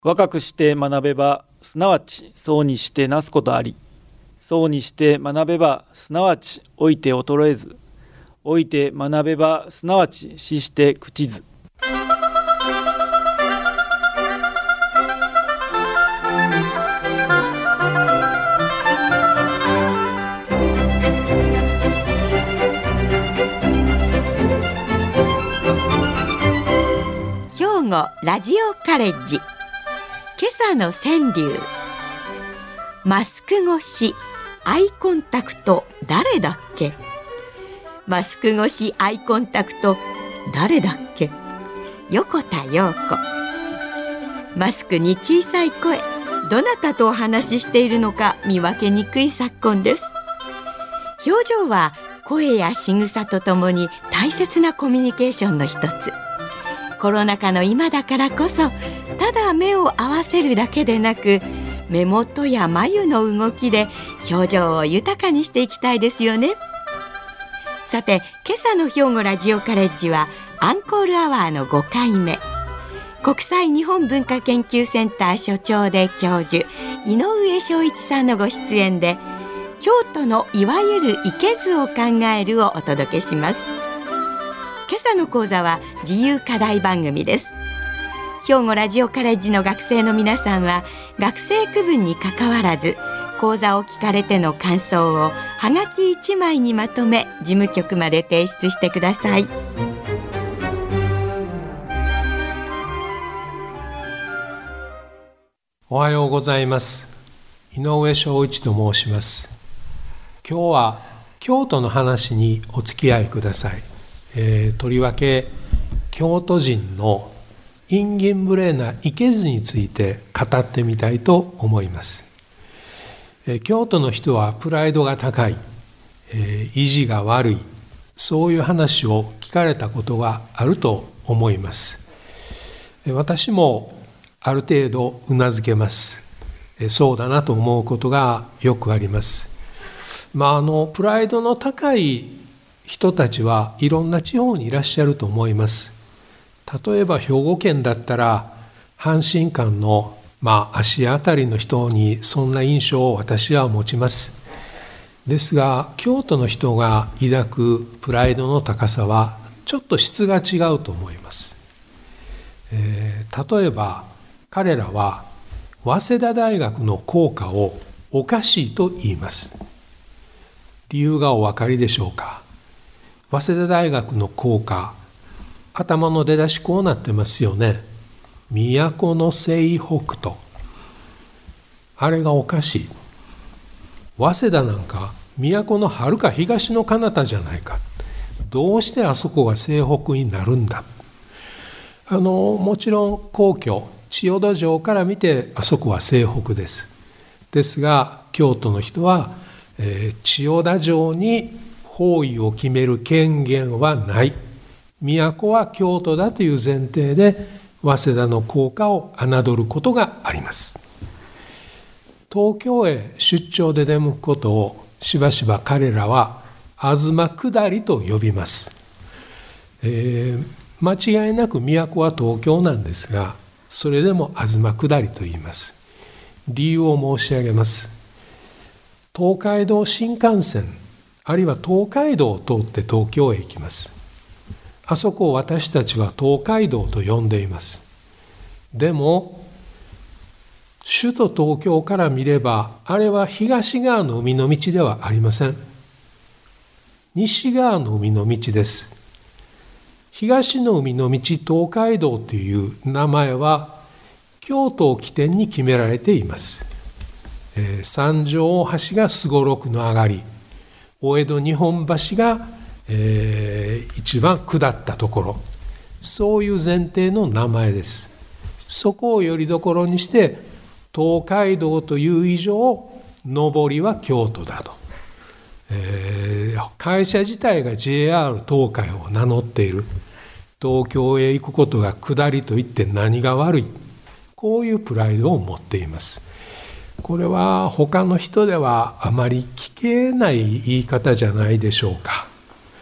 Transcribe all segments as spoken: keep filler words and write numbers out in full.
若くして学べばすなわちそうにしてなすことあり、そうにして学べばすなわち老いて衰えず、老いて学べばすなわち死して朽ちず。 兵庫ラジオカレッジ、今朝の川柳。マスク越しアイコンタクト誰だっけ。マスク越しアイコンタクト誰だっけ。横田陽子。マスクに小さい声、どなたとお話ししているのか見分けにくい昨今です。表情は声や仕草とともに大切なコミュニケーションの一つ。コロナ禍の今だからこそ、ただ目を合わせるだけでなく、目元や眉の動きで表情を豊かにしていきたいですよね。さて、今朝の兵庫ラジオカレッジはアンコールアワーのごかいめ、国際日本文化研究センター所長で教授井上昭一さんのご出演で、京都のいわゆるいけずを考えるをお届けします。今朝の講座は自由課題番組です。兵庫ラジオカレッジの学生の皆さんは、学生区分にかかわらず講座を聞かれての感想をはがきいちまいにまとめ、事務局まで提出してください。 おはようございます。井上昭一と申します。今日は京都の話にお付き合いください。えー、とりわけ京都人の陰銀無礼ないけずについて語ってみたいと思います。えー、京都の人はプライドが高い、えー、意地が悪い、そういう話を聞かれたことがあると思います。えー、私もある程度うなずけます。えー、そうだなと思うことがよくあります。まあ、あのプライドの高い人たちはいろんな地方にいらっしゃると思います。例えば兵庫県だったら阪神間の、まあ、足あたりの人にそんな印象を私は持ちます。ですが京都の人が抱くプライドの高さはちょっと質が違うと思います。えー、例えば彼らは早稲田大学の校歌をおかしいと言います。理由がお分かりでしょうか。早稲田大学の校歌、頭の出だしこうなってますよね。都の西北と。あれがおかしい。早稲田なんか都のはるか東の彼方じゃないか。どうしてあそこが西北になるんだ。あのもちろん皇居千代田城から見てあそこは西北です。ですが京都の人は、えー、千代田城に方位を決める権限はない。都は京都だという前提で早稲田の校歌を侮ることがあります。東京へ出張で出向くことをしばしば彼らは東下りと呼びます。えー、間違いなく都は東京なんですが、それでも東下りと言います。理由を申し上げます。東海道新幹線あるいは東海道を通って東京へ行きます。あそこを私たちは東海道と呼んでいます。でも首都東京から見ればあれは東側の海の道ではありません。西側の海の道です。東の海の道東海道という名前は京都を起点に決められています。えー、三条大橋がすごろくの上がり、お江戸日本橋が、えー、一番下ったところ、そういう前提の名前です。そこをよりどころにして東海道という以上上りは京都だと、えー、会社自体が ジェイアール 東海を名乗っている。東京へ行くことが下りといって何が悪い、こういうプライドを持っています。これは他の人ではあまり聞けない言い方じゃないでしょうか。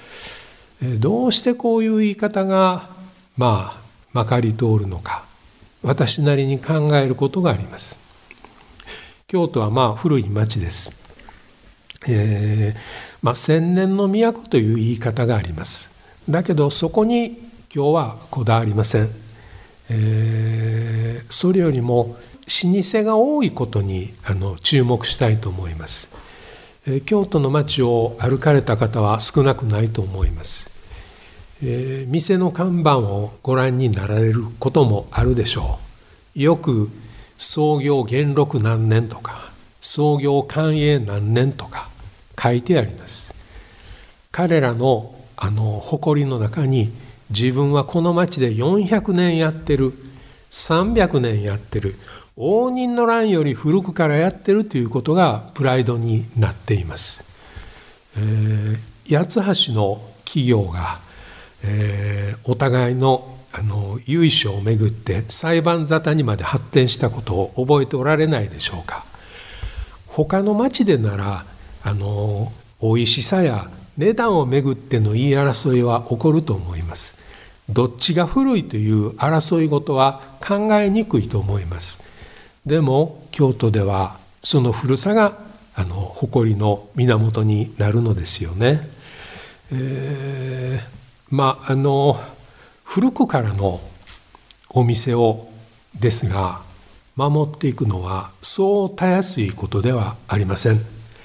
どうしてこういう言い方がまあまかり通るのか。 私なりに考えることがあります。京都はまあ古い町です。えーまあ、千年の都という言い方があります。だけどそこに今日はこだわりません。えー、それよりも老舗が多いことにあの注目したいと思います。えー、京都の町を歩かれた方は少なくないと思います。えー、店の看板をご覧になられることもあるでしょう。よく創業元禄何年とか創業寛永何年とか書いてあります。彼らのあの誇りの中に、自分はこの町でよんひゃくねんやってる、さんびゃくねんやってる、応仁の乱より古くからやってるということがプライドになっています。えー、八橋の企業が、えー、お互いのあの由緒をめぐって裁判沙汰にまで発展したことを覚えておられないでしょうか。他の町でならあのおいしさや値段をめぐっての言い争いは起こると思います。どっちが古いという争い事は考えにくいと思います。でも京都ではその古さがあの誇りの源になるのですよね。えー、まああの古くからのお店をですが守っていくのはそうたやすいことではありません。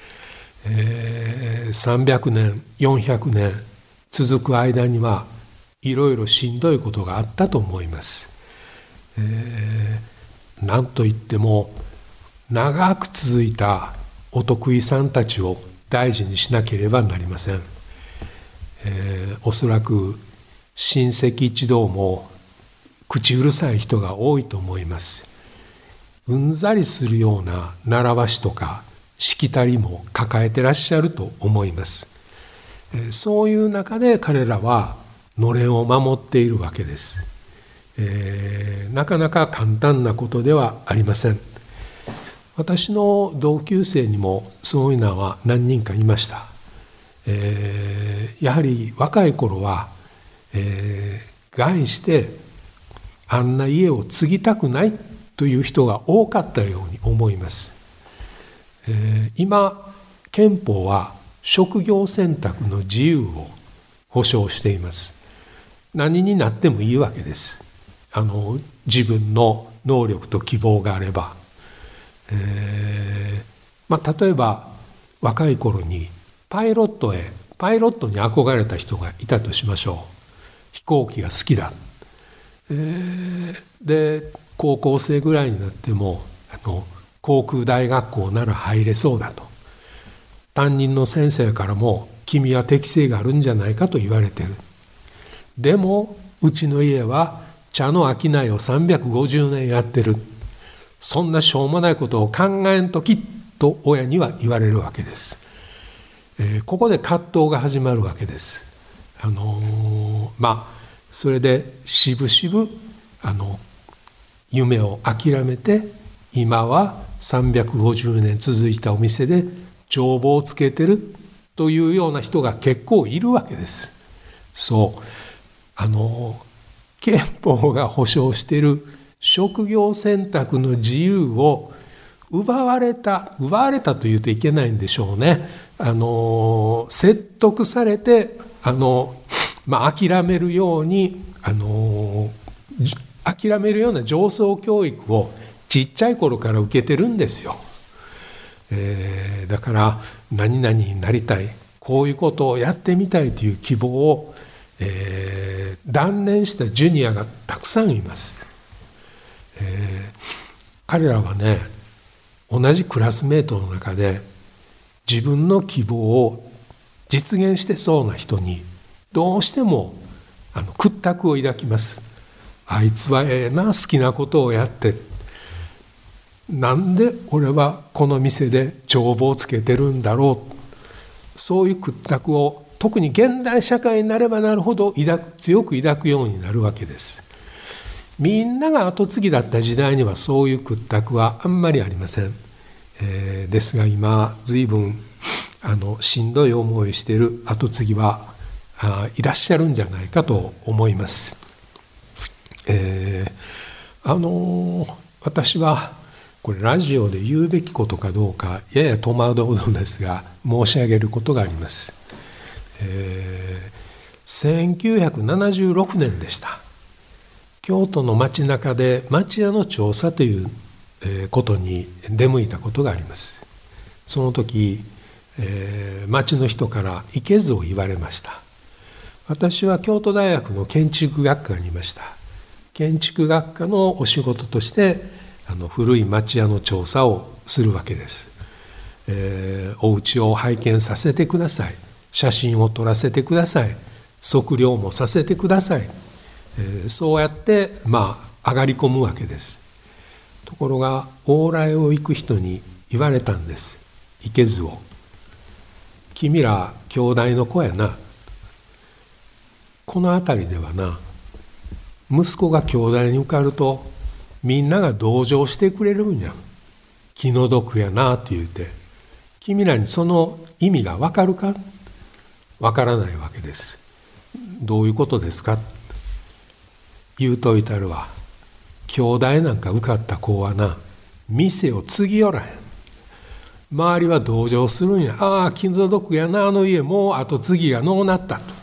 えー、さんびゃくねんよんひゃくねん続く間にはいろいろしんどいことがあったと思います。えー、なんといっても長く続いたお得意さんたちを大事にしなければなりません。えー、おそらく親戚一同も口うるさい人が多いと思います。うんざりするような習わしとかしきたりも抱えてらっしゃると思います。そういう中で彼らはのれんを守っているわけです。えー、なかなか簡単なことではありません。私の同級生にもそういうのは何人かいました。えー、やはり若い頃は、えー、概してあんな家を継ぎたくないという人が多かったように思います。えー、今憲法は職業選択の自由を保障しています。何になってもいいわけです。あの自分の能力と希望があれば。えーまあ、例えば若い頃にパイロットへパイロットに憧れた人がいたとしましょう。飛行機が好きだ。えー、で高校生ぐらいになってもあの航空大学校なら入れそうだと。担任の先生からも君は適性があるんじゃないかと言われている。でもうちの家は茶の商いをさんびゃくごじゅうねんやってる。そんなしょうもないことを考えんときと親には言われるわけです。えー、ここで葛藤が始まるわけです。あのー、まあそれでしぶしぶあの夢を諦めて今はさんびゃくごじゅうねん続いたお店で帳簿をつけてるというような人が結構いるわけです。そうあの憲法が保障している職業選択の自由を奪われた奪われたというといけないんでしょうね。あの説得されてあの、まあ、諦めるようにあの諦めるような上層教育をちっちゃい頃から受けてるんですよ。えー、だから何々になりたい、こういうことをやってみたいという希望を、えー、断念したジュニアがたくさんいます。えー、彼らはね、同じクラスメートの中で自分の希望を実現してそうな人にどうしてもあの屈託を抱きます。あいつはええな、好きなことをやって、なんで俺はこの店で帳簿をつけてるんだろう。そういう屈託を特に現代社会になればなるほど抱く強く抱くようになるわけです。みんなが後継ぎだった時代にはそういう屈託はあんまりありません。えー、ですが今随分あのしんどい思いしている後継ぎはあいらっしゃるんじゃないかと思います。えー、 あの私はこれラジオで言うべきことかどうかやや戸惑うのですが申し上げることがあります。えー、せんきゅうひゃくななじゅうろくねんでした。京都の街中で町家の調査ということに出向いたことがあります。その時、えー、町の人からいけずを言われました。私は京都大学の建築学科にいました。建築学科のお仕事としてあの古い町家の調査をするわけです。えー、お家を拝見させてください。写真を撮らせてください。測量もさせてください。えー、そうやってまあ上がり込むわけです。ところが往来を行く人に言われたんです。いけずを。君ら兄弟の子やな。この辺りではな、息子が兄弟に受かるとみんなが同情してくれるんや。気の毒やなって言うて、君らにその意味が分かるか？分からないわけです。どういうことですか？言うといたるわ。兄弟なんか受かった子はな、店を継ぎよらへん。周りは同情するんや。ああ、気の毒やな、あの家もう後継ぎがのうなったと。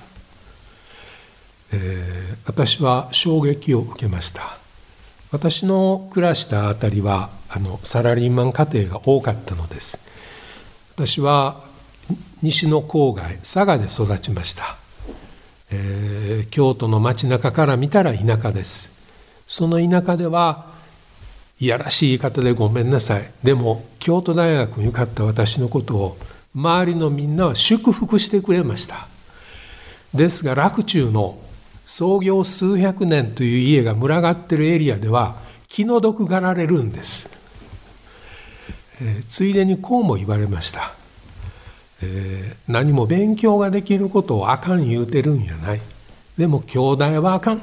えー、私は衝撃を受けました。私の暮らしたあたりはあのサラリーマン家庭が多かったのです。私は西の郊外佐賀で育ちました。えー、京都の街中から見たら田舎です。その田舎ではいやらしい言い方でごめんなさい。でも京都大学に受かった私のことを周りのみんなは祝福してくれました。ですが洛中の創業数百年という家が群がっているエリアでは気の毒がられるんです。えー、ついでにこうも言われました。えー、何も勉強ができることをあかん言うてるんやない。でも兄弟はあかん。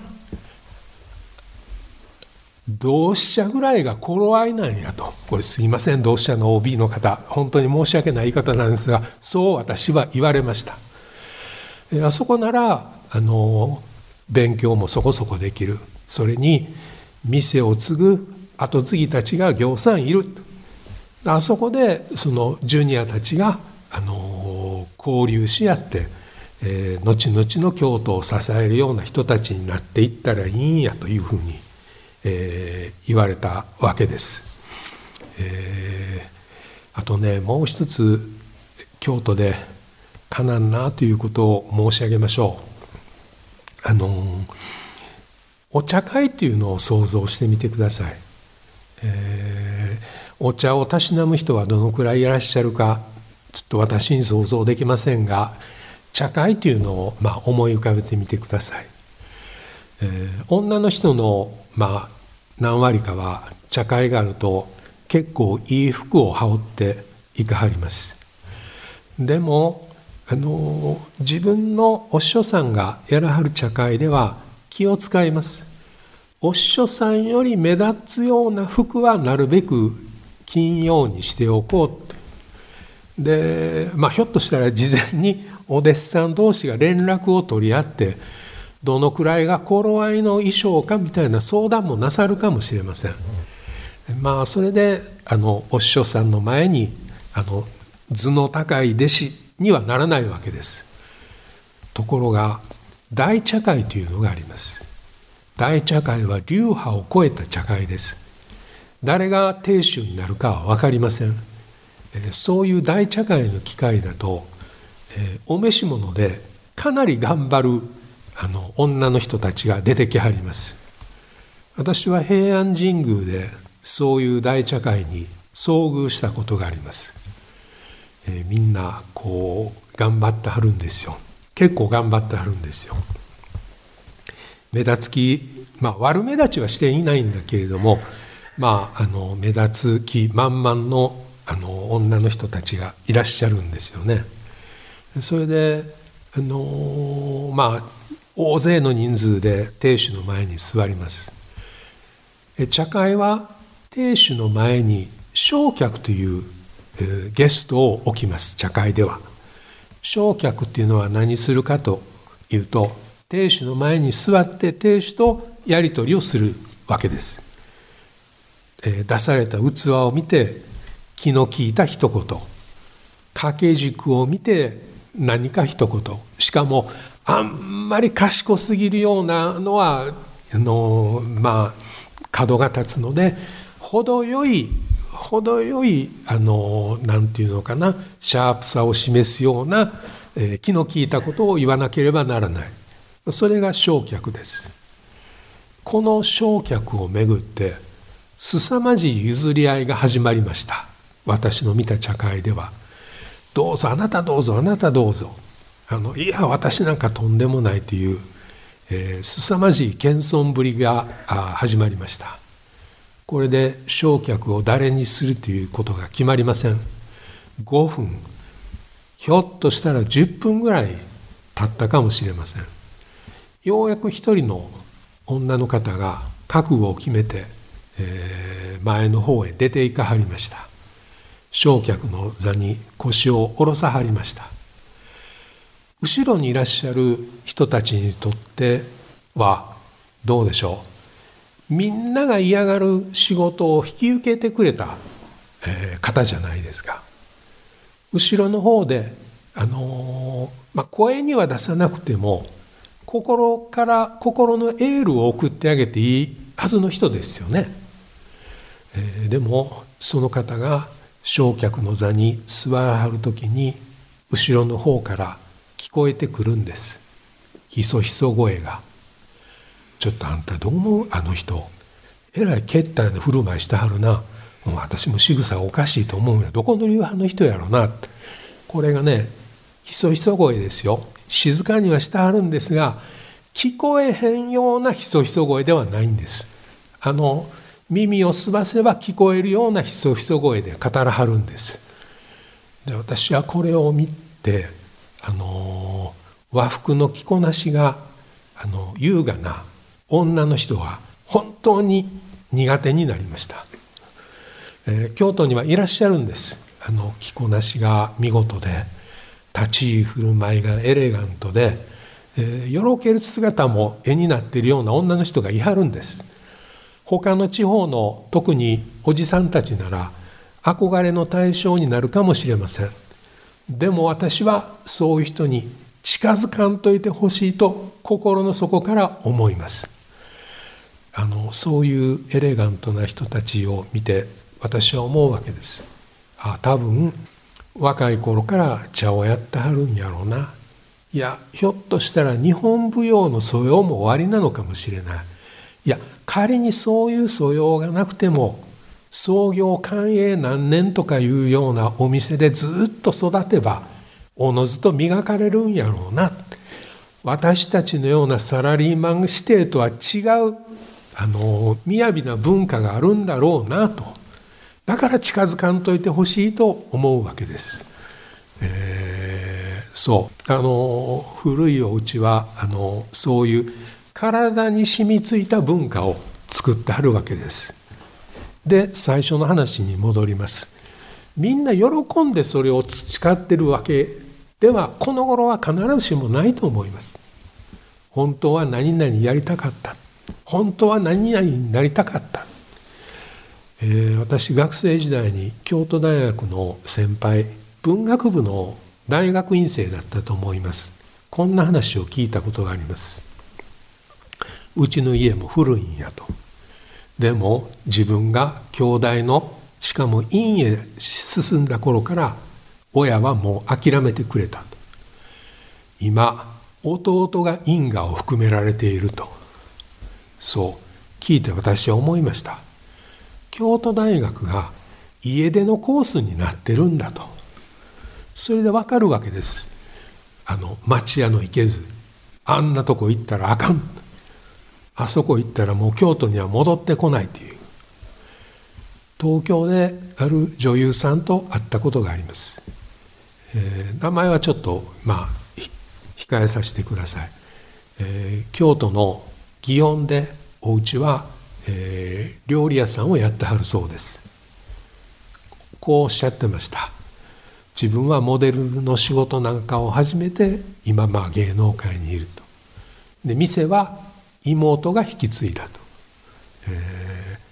同志社ぐらいが頃合いなんやと。これすいません、同志社の オービー の方、本当に申し訳ない言い方なんですが、そう私は言われました。えー、あそこならあの勉強もそこそこできる。それに店を継ぐ後継ぎたちがぎょうさんいる。あそこでそのジュニアたちがあの交流し合って、えー、後々の京都を支えるような人たちになっていったらいいんやというふうに、えー、言われたわけです。えー、あとね、もう一つ京都でかなんなということを申し上げましょう。あのお茶会っていうのを想像してみてください。えー、お茶をたしなむ人はどのくらいいらっしゃるかちょっと私に想像できませんが、茶会というのをまあ思い浮かべてみてください。えー、女の人のまあ何割かは茶会があると結構いい服を羽織っていかはります。でもあの自分のお師匠さんがやらはる茶会では気を使います。お師匠さんより目立つような服はなるべく着んようにしておこう。で、まあ、ひょっとしたら事前にお弟子さん同士が連絡を取り合ってどのくらいが頃合いの衣装かみたいな相談もなさるかもしれません。まあそれであのお師匠さんの前にあの頭の高い弟子にはならないわけです。ところが大茶会というのがあります。大茶会は流派を超えた茶会です。誰が亭主になるかは分かりません。そういう大茶会の機会だと、えー、お召し物でかなり頑張るあの女の人たちが出てきはります。私は平安神宮でそういう大茶会に遭遇したことがあります。えー、みんなこう頑張ってはるんですよ。結構頑張ってはるんですよ。目立つ気、まあ悪目立ちはしていないんだけれども、まああの目立つ気満々のあの女の人たちがいらっしゃるんですよね。それであのまあ大勢の人数で亭主の前に座ります。茶会は亭主の前に正客というゲストを置きます。茶会では正客っていうのは何するかというと、亭主の前に座って亭主とやり取りをするわけです。 えー、出された器を見て気の利いた一言、掛け軸を見て何か一言、しかもあんまり賢すぎるようなのはあのまあ角が立つので、程よい程よいあのなんていうのかな、シャープさを示すような、えー、気の利いたことを言わなければならない。それが正客です。この正客をめぐって凄まじい譲り合いが始まりました。私の見た茶会では、どうぞあなたどうぞあなたどうぞ、あのいや私なんかとんでもないという、えー、凄まじい謙遜ぶりが始まりました。これで正客を誰にするということが決まりません。ごふん、ひょっとしたらじゅっぷんぐらい経ったかもしれません。ようやく一人の女の方が覚悟を決めて、えー、前の方へ出て行かはりました。正客の座に腰を下ろさはりました。後ろにいらっしゃる人たちにとってはどうでしょう。みんなが嫌がる仕事を引き受けてくれた、えー、方じゃないですか。後ろの方で、あのーまあ、声には出さなくても心から心のエールを送ってあげていいはずの人ですよね。えー、でもその方が正客の座に座らはるときに後ろの方から聞こえてくるんです。ひそひそ声が。ちょっとあんたどう思う、あの人えらいけったいな振る舞いしてはるな、もう私も仕草がおかしいと思うよ、どこの流派の人やろな。これがね、ひそひそ声ですよ。静かにはしてはるんですが、聞こえへんようなひそひそ声ではないんです。あの耳をすばせば聞こえるようなひそひそ声で語らはるんです。で、私はこれを見て、あの和服の着こなしがあの優雅な女の人は本当に苦手になりました。えー、京都にはいらっしゃるんです。あの着こなしが見事で、立ち居振る舞いがエレガントで、えー、よろける姿も絵になっているような女の人がいはるんです。他の地方の特におじさんたちなら憧れの対象になるかもしれません。でも私はそういう人に近づかんといてほしいと心の底から思います。あのそういうエレガントな人たちを見て私は思うわけです。あ、多分若い頃から茶をやってはるんやろうな。いや、ひょっとしたら日本舞踊の素養もおありなのかもしれない。いや、仮にそういう素養がなくても創業寛永何年とかいうようなお店でずっと育てばおのずと磨かれるんやろうな。私たちのようなサラリーマン指定とは違うあの雅な文化があるんだろうなと。だから近づかんといてほしいと思うわけです。えー、そうあの古いお家はあのそういう体に染みついた文化を作ってはるわけです。で、最初の話に戻ります。みんな喜んでそれを培ってるわけではこの頃は必ずしもないと思います。本当は何々やりたかった、本当は何々になりたかった、えー、私学生時代に京都大学の先輩、文学部の大学院生だったと思います。こんな話を聞いたことがあります。うちの家も古いんやと。でも自分が京大のしかも院へ進んだ頃から親はもう諦めてくれたと。今弟が因果を含められていると。そう聞いて私は思いました。京都大学が家出のコースになってるんだと。それでわかるわけです。あの町屋の行けず、あんなとこ行ったらあかん、あそこ行ったらもう京都には戻ってこないという。東京である女優さんと会ったことがあります。えー、名前はちょっとまあ控えさせてください。えー、京都の祇園でお家は、えー、料理屋さんをやってはるそうです。こうおっしゃってました。自分はモデルの仕事なんかを始めて今まあ芸能界にいると。で、店は妹が引き継いだと。えー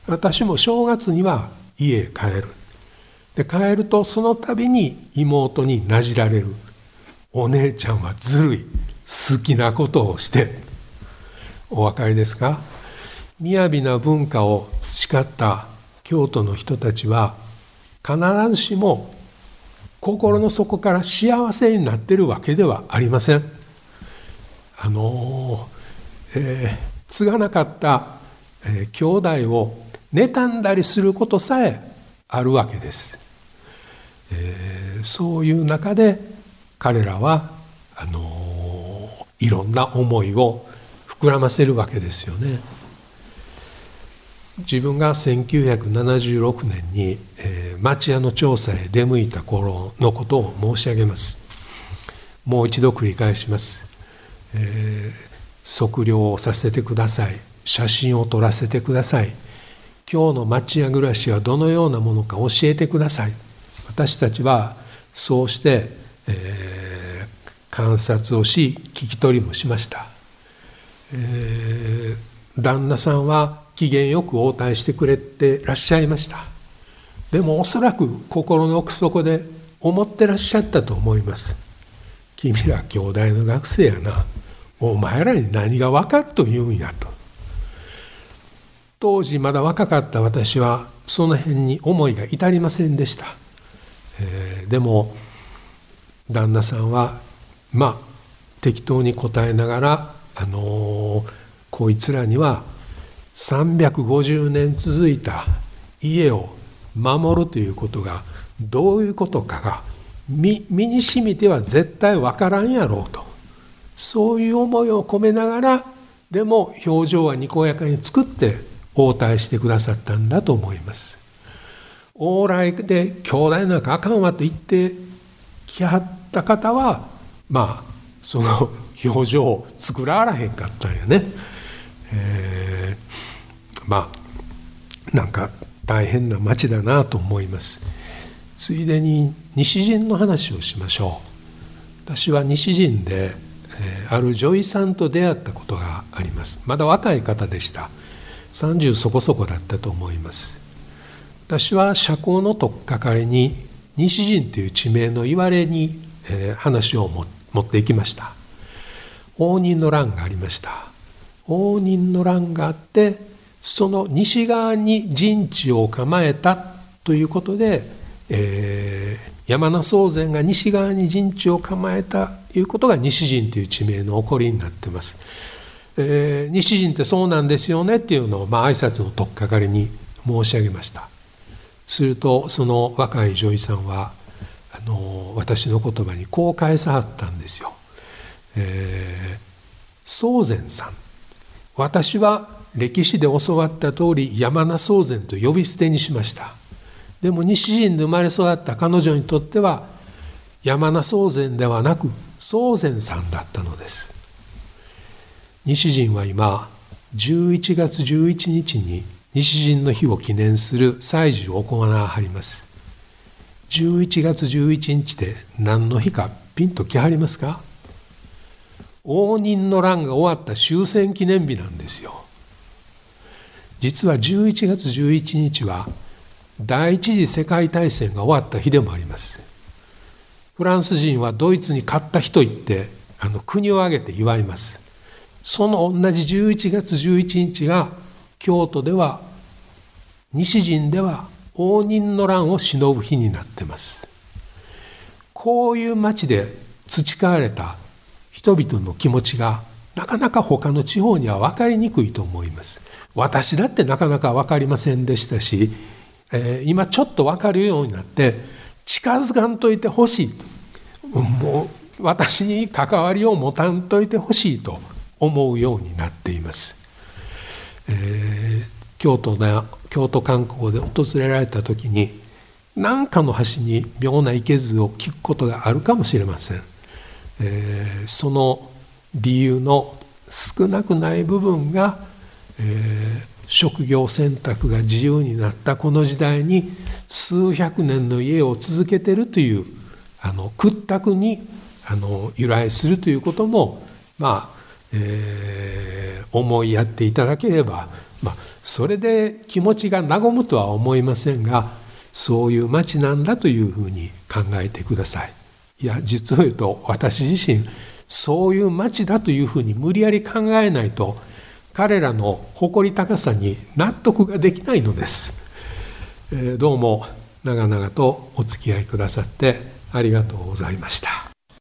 私も正月には家へ帰る。で帰るとその度に妹になじられる。お姉ちゃんはずるい、好きなことをして。お分かりですか？雅な文化を培った京都の人たちは必ずしも心の底から幸せになっているわけではありません。あの、えー、継がなかった、えー、兄弟を妬んだりすることさえあるわけです。えー、そういう中で彼らはあのー、いろんな思いを膨らませるわけですよね。自分がせんきゅうひゃくななじゅうろくねんに、えー、町屋の調査へ出向いた頃のことを申し上げます。もう一度繰り返します。えー、測量をさせてください。写真を撮らせてください。今日の町屋暮らしはどのようなものか教えてください。私たちはそうして、えー、観察をし聞き取りもしました。えー、旦那さんは機嫌よく応対してくれてらっしゃいました。でもおそらく心の奥底で思ってらっしゃったと思います。君ら兄弟の学生やな。お前らに何が分かると言うんやと。当時まだ若かった私はその辺に思いが至りませんでした。えー、でも旦那さんはまあ適当に答えながら、あのー、こいつらにはさんびゃくごじゅうねん続いた家を守るということがどういうことかが 身, 身に染みては絶対わからんやろうと、そういう思いを込めながら、でも表情はにこやかに作って応対してくださったんだと思います。往来で兄弟なんかあかんわと言ってきはった方は、まあその表情を作ららへんかったんやね。えー、まあなんか大変な町だなと思います。ついでに西陣の話をしましょう。私は西陣で、えー、ある女医さんと出会ったことがあります。まだ若い方でした。さんじゅうそこそこだったと思います。私は社交の取っかかりに西陣という地名の言われに、えー、話をも持っていきました。応仁の乱がありました。応仁の乱があって、その西側に陣地を構えたということで、えー、山名宗全が西側に陣地を構えたということが西陣という地名の起こりになっています。えー、西陣ってそうなんですよねっていうのを、まあ、挨拶の取っかかりに申し上げました。するとその若い女医さんはあの私の言葉にこう返さはったんですよ。えー、宗全さん、私は歴史で教わった通り山名宗全と呼び捨てにしました。でも西陣で生まれ育った彼女にとっては山名宗全ではなく宗全さんだったのです。西陣は今じゅういちがつじゅういちにちに西陣の日を記念する祭事を行わはります。じゅういちがつじゅういちにちって何の日かピンときはりますか？応仁の乱が終わった終戦記念日なんですよ。実はじゅういちがつじゅういちにちは第一次世界大戦が終わった日でもあります。フランス人はドイツに勝った日と言ってあの国を挙げて祝います。その同じじゅういちがつじゅういちにちが京都では西陣では応仁の乱を偲ぶ日になっています。こういう町で培われた人々の気持ちがなかなか他の地方には分かりにくいと思います。私だってなかなか分かりませんでしたし、えー、今ちょっと分かるようになって近づかんといてほしい、もう私に関わりを持たんといてほしいと思うようになっています。えー、京都な京都観光で訪れられた時に何かの橋に妙な池図を聞くことがあるかもしれません。えー、その理由の少なくない部分が、えー、職業選択が自由になったこの時代に数百年の家を続けているというあの屈託にあの由来するということも、まあえー、思いやっていただければ、まあ、 それで気持ちが和むとは思いませんが、そういう町なんだというふうに考えてください。いや、実を言うと私自身そういう町だというふうに無理やり考えないと彼らの誇り高さに納得ができないのです。えー、どうも長々とお付き合いくださってありがとうございました。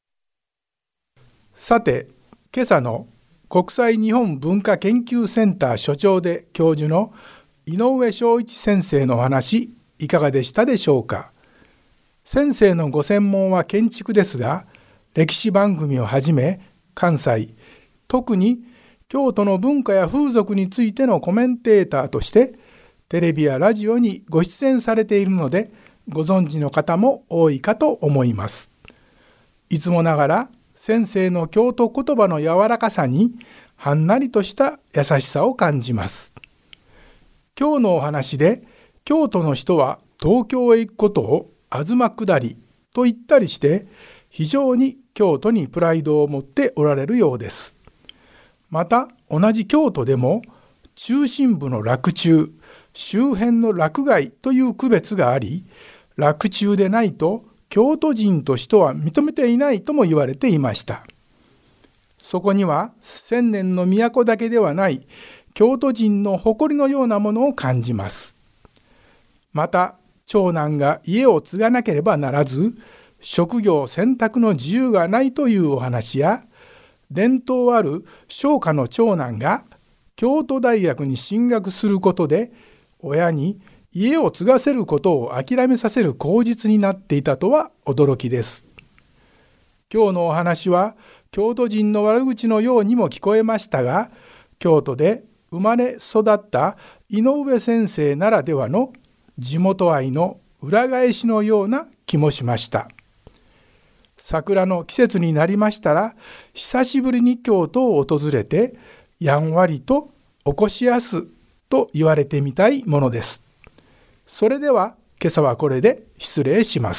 さて、今朝の国際日本文化研究センター所長で教授の井上正一先生のお話、いかがでしたでしょうか。先生のご専門は建築ですが、歴史番組をはじめ関西、特に京都の文化や風俗についてのコメンテーターとしてテレビやラジオにご出演されているので、ご存知の方も多いかと思います。いつもながら先生の京都言葉の柔らかさにはんなりとした優しさを感じます。今日のお話で、京都の人は東京へ行くことを東下りと言ったりして、非常に京都にプライドを持っておられるようです。また同じ京都でも中心部の洛中、周辺の洛外という区別があり、洛中でないと京都人としては認めていないとも言われていました。そこには千年の都だけではない京都人の誇りのようなものを感じます。また長男が家を継がなければならず、職業選択の自由がないというお話や、伝統ある商家の長男が京都大学に進学することで、親に家を継がせることを諦めさせる口実になっていたとは驚きです。今日のお話は京都人の悪口のようにも聞こえましたが、京都で生まれ育った井上先生ならではの地元愛の裏返しのような気もしました。桜の季節になりましたら、久しぶりに京都を訪れてやんわりとおこしやすと言われてみたいものです。それでは今朝はこれで失礼します。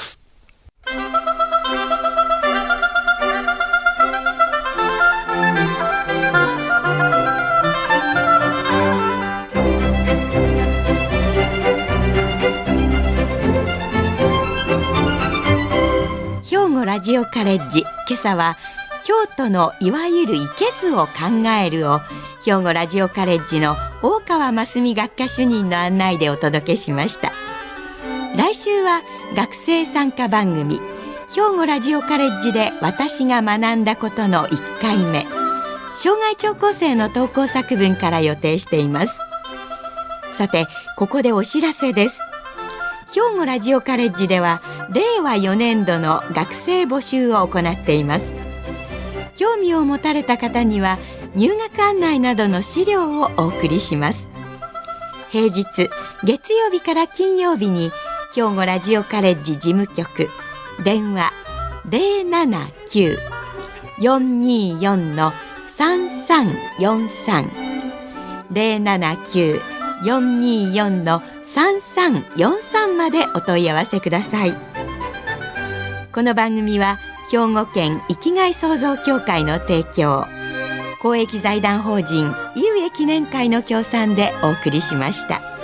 兵庫ラジオカレッジ、今朝は京都のいわゆるいけずを考えるを兵庫ラジオカレッジの大川真澄学科主任の案内でお届けしました。来週は学生参加番組兵庫ラジオカレッジで私が学んだことのいっかいめ、障害聴講生の投稿作文から予定しています。さて、ここでお知らせです。兵庫ラジオカレッジではれいわよねんどの学生募集を行っています。興味を持たれた方には入学案内などの資料をお送りします。平日月曜日から金曜日に兵庫ラジオカレッジ事務局、電話 ゼロななきゅう よんにーよん さんさんよんさん ゼロななきゅう よんにーよん さんさんよんさんまでお問い合わせください。この番組は兵庫県生きがい創造協会の提供、公益財団法人井上記念会の協賛でお送りしました。